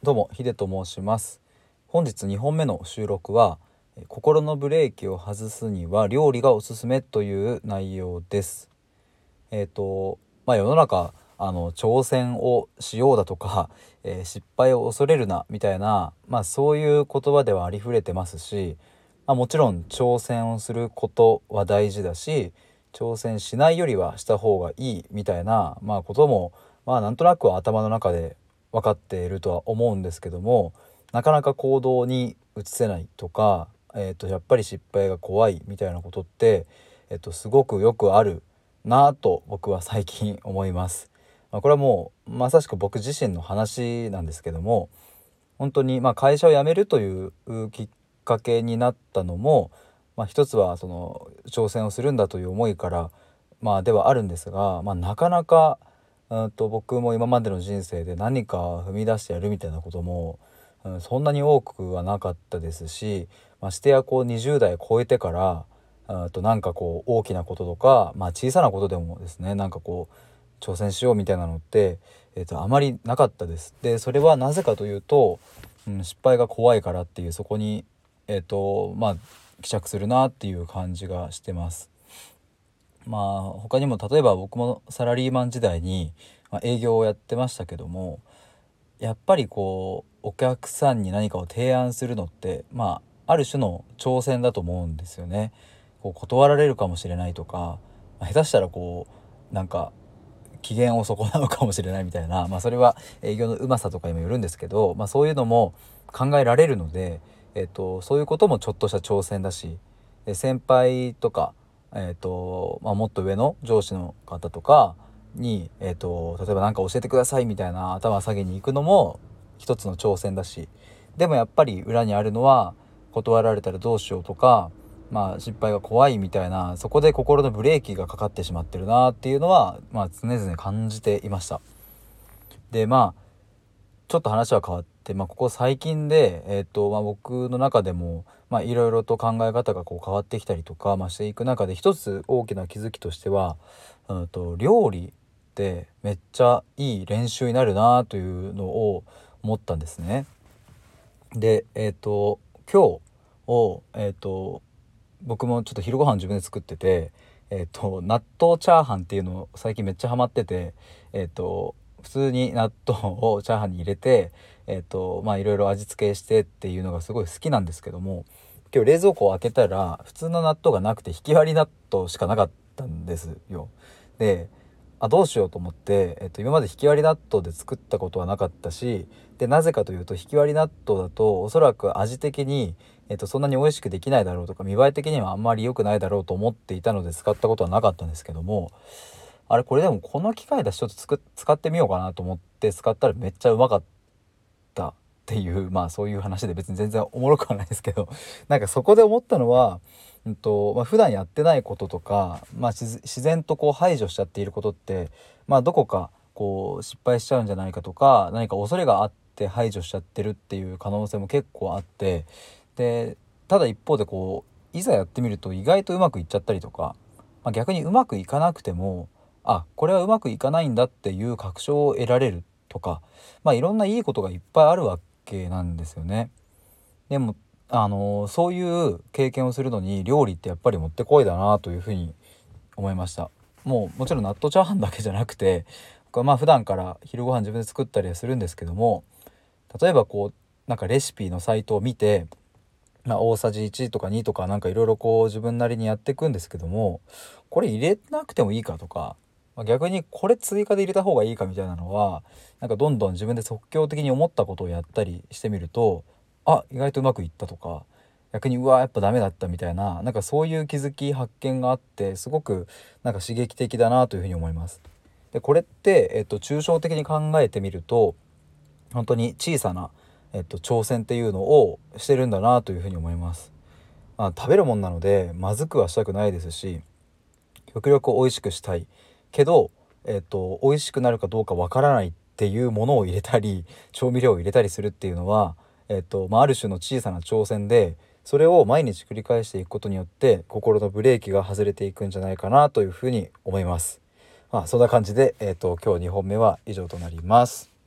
どうもヒデと申します。本日2本目の収録は心のブレーキを外すには料理がおすすめという内容です。世の中挑戦をしようだとか、失敗を恐れるなみたいな、そういう言葉ではありふれてますし、もちろん挑戦をすることは大事だし、挑戦しないよりはした方がいいみたいな、こともなんとなくは頭の中で分かっているとは思うんですけども、なかなか行動に移せないとか、やっぱり失敗が怖いみたいなことって、すごくよくあるなぁと僕は最近思います。これはもうまさしく僕自身の話なんですけども、本当に会社を辞めるというきっかけになったのも、一つはその挑戦をするんだという思いからではあるんですが、なかなか僕も今までの人生で何か踏み出してやるみたいなことも、そんなに多くはなかったですし、してや20代超えてからなんか大きなこととか、小さなことでもですね、挑戦しようみたいなのって、あまりなかったです。でそれはなぜかというと、失敗が怖いからっていう、そこに帰着するなっていう感じがしてます。他にも例えば僕もサラリーマン時代に、営業をやってましたけども、やっぱりお客さんに何かを提案するのって、ある種の挑戦だと思うんですよね。断られるかもしれないとか、下手したらなんか機嫌を損なうかもしれないみたいな、それは営業のうまさとかにもよるんですけど、そういうのも考えられるので、そういうこともちょっとした挑戦だし、先輩とか、もっと上の上司の方とかに、例えば何か教えてくださいみたいな頭下げに行くのも一つの挑戦だし、でもやっぱり裏にあるのは断られたらどうしようとか、失敗が怖いみたいな、そこで心のブレーキがかかってしまってるなっていうのは、常々感じていました。でちょっと話は変わって、ここ最近で、僕の中でもいろいろと考え方が変わってきたりとか、していく中で一つ大きな気づきとしては、料理ってめっちゃいい練習になるなというのを思ったんですね。で今日を僕もちょっと昼ご飯自分で作ってて、納豆チャーハンっていうのを最近めっちゃハマってて、普通に納豆をチャーハンに入れて、いろいろ味付けしてっていうのがすごい好きなんですけども、今日冷蔵庫を開けたら普通の納豆がなくて、ひき割り納豆しかなかったんですよ。でどうしようと思って、今までひき割り納豆で作ったことはなかったし、でなぜかというと、ひき割り納豆だとおそらく味的に、そんなに美味しくできないだろうとか、見栄え的にはあんまり良くないだろうと思っていたので使ったことはなかったんですけども、これでもこの機会だしちょっと使ってみようかなと思って使ったらめっちゃうまかったっていう、そういう話で別に全然おもろくはないですけど、そこで思ったのは、普段やってないこととか、自然と排除しちゃっていることって、どこか失敗しちゃうんじゃないかとか、何か恐れがあって排除しちゃってるっていう可能性も結構あって、でただ一方でいざやってみると意外とうまくいっちゃったりとか、逆にうまくいかなくても、これはうまくいかないんだっていう確証を得られるとか、いろんないいことがいっぱいあるわけなんですよね。でもそういう経験をするのに料理ってやっぱりもってこいだなというふうに思いました。もちろん納豆チャーハンだけじゃなくて、僕は普段から昼ご飯自分で作ったりはするんですけども、例えばレシピのサイトを見て、大さじ1とか2とかいろいろ自分なりにやっていくんですけども、これ入れなくてもいいかとか、逆にこれ追加で入れた方がいいかみたいなのは、どんどん自分で即興的に思ったことをやったりしてみると、意外とうまくいったとか、逆にやっぱダメだったみたいな、そういう気づき発見があって、すごく刺激的だなというふうに思います。でこれって、抽象的に考えてみると、本当に小さな、挑戦っていうのをしてるんだなというふうに思います。食べるもんなのでまずくはしたくないですし、極力美味しくしたいけど、美味しくなるかどうかわからないっていうものを入れたり、調味料を入れたりするっていうのは、ある種の小さな挑戦で、それを毎日繰り返していくことによって心のブレーキが外れていくんじゃないかなというふうに思います。そんな感じで、今日2本目は以上となります。